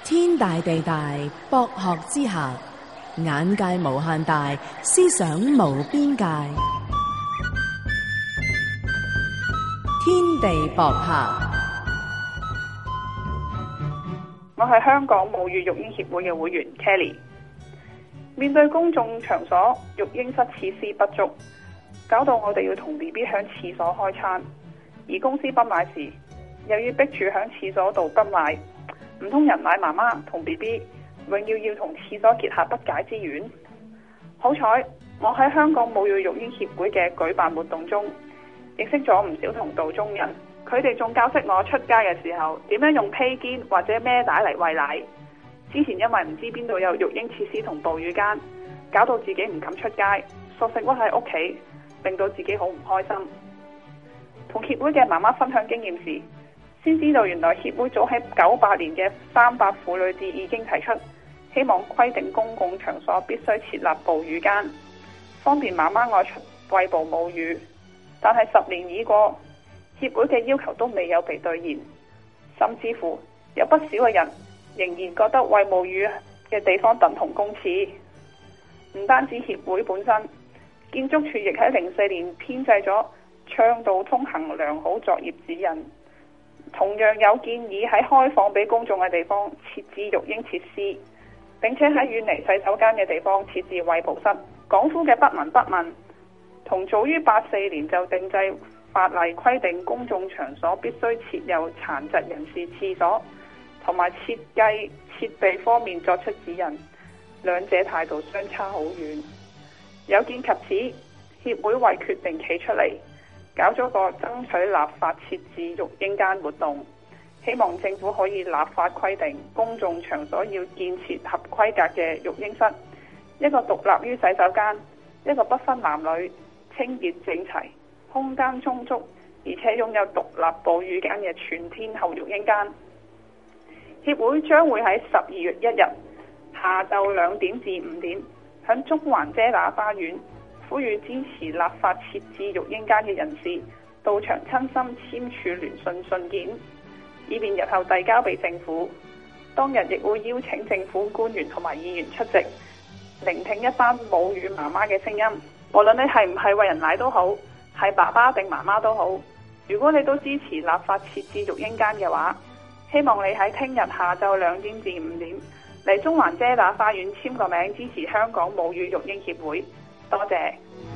天大地大，博學之下，眼界無限大，思想無邊界。天地博客， 我係香港母乳育嬰協會嘅會員 Kelly。面對公眾場所育嬰室設施不足，搞到我哋要同 BB 響廁所開餐，而公司不買時又要逼住響廁所度不買，唔通人奶媽媽同 BB 永遠要同廁所結下不解之緣？好彩我喺香港母乳育嬰協會嘅舉辦活動中認識咗唔少同道中人，佢哋仲教識我出街嘅時候點樣用披肩或者孭帶嚟餵奶。之前因為唔知邊度有育嬰設施同哺乳間，搞到自己唔敢出街，索性屈喺屋企，令到自己好唔開心。同協會嘅媽媽分享經驗時，先知道原來協會早喺98年嘅300婦女節已經提出，希望規定公共場所必須設立哺乳間，方便媽媽外出餵哺母乳。但係10年已過，協會嘅要求都未有被兌現，甚至乎有不少嘅人仍然覺得餵母乳嘅地方等同公廁。唔單止協會本身，建築署亦喺04年編製咗倡導通行良好作業指引，同樣有建議喺開放俾公眾嘅地方設置育嬰設施，並且喺遠離洗手間嘅地方設置餵哺室。港府嘅不聞不問，同早於84年就定制法例規定公眾場所必須設有殘疾人士廁所，同埋設計設備方面作出指引，兩者態度相差好遠。有見及此，協會為決定企出嚟，搞咗個爭取立法設置育嬰間活動，希望政府可以立法規定公眾場所要建設合規格嘅育嬰室，一個獨立於洗手間，一個不分男女，清潔整齊，空間充足，而且擁有獨立哺乳間嘅全天候育嬰間。協會將會喺12月1日下晝2點至5點，響中環遮打花園呼籲支持立法設置育嬰間嘅人士到場親身簽署聯信信件，以便日後遞交俾政府。當日亦會邀請政府官員同埋議員出席，聆聽一班母乳媽媽嘅聲音。無論你係唔係餵人奶都好，係爸爸定媽媽都好，如果你都支持立法設置育嬰間嘅話，希望你喺聽日下晝2點至5點嚟中環遮打花園簽個名，支持香港母乳育嬰協會。多謝。